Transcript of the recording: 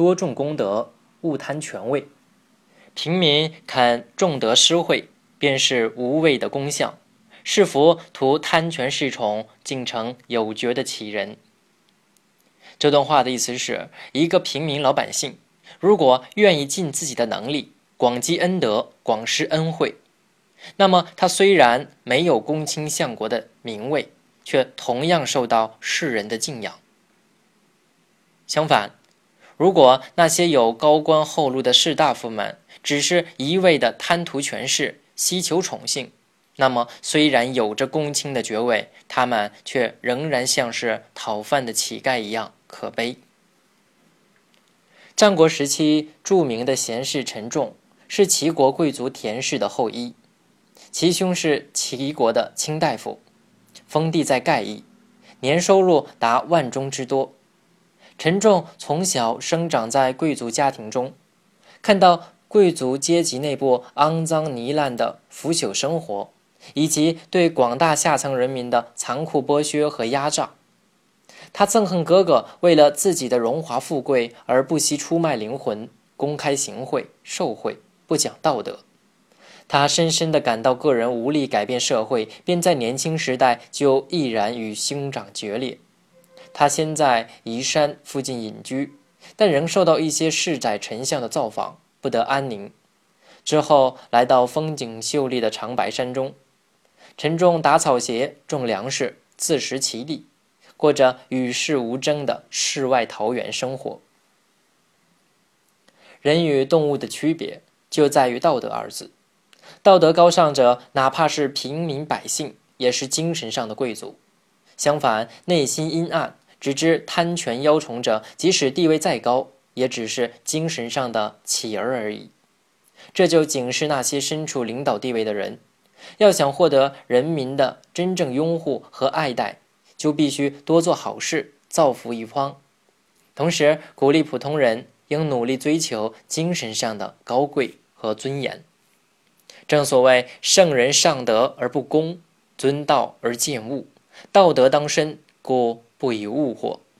多重功德，勿贪权位。平民肯重德施惠，便是无畏的功效。是福图贪权恃宠，竟成有觉的杞人。这段话的意思是，一个平民老百姓，如果愿意尽自己的能力，广积恩德，广施恩惠，那么他虽然没有公卿相国的名位，却同样受到世人的敬仰。相反，如果那些有高官厚禄的士大夫们只是一味的贪图权势，希求宠幸，那么虽然有着公卿的爵位，他们却仍然像是讨饭的乞丐一样可悲。战国时期著名的贤士陈仲是齐国贵族田氏的后裔，其兄是齐国的卿大夫，封地在盖邑，年收入达万钟之多。陈仲从小生长在贵族家庭中，看到贵族阶级内部肮脏糜烂的腐朽生活，以及对广大下层人民的残酷剥削和压榨。他憎恨哥哥为了自己的荣华富贵而不惜出卖灵魂，公开行贿受贿，不讲道德。他深深地感到个人无力改变社会，便在年轻时代就毅然与兄长决裂。他先在宜山附近隐居，但仍受到一些市宰丞相的造访，不得安宁。之后来到风景秀丽的长白山中，陈仲打草鞋，种粮食，自食其力，过着与世无争的世外桃源生活。人与动物的区别就在于道德二字。道德高尚者，哪怕是平民百姓，也是精神上的贵族。相反，内心阴暗，只知贪权邀宠者，即使地位再高，也只是精神上的乞儿而已。这就警示那些身处领导地位的人，要想获得人民的真正拥护和爱戴，就必须多做好事，造福一方。同时，鼓励普通人应努力追求精神上的高贵和尊严。正所谓圣人尚德而不公，尊道而贱物，道德当身，故不以物惑。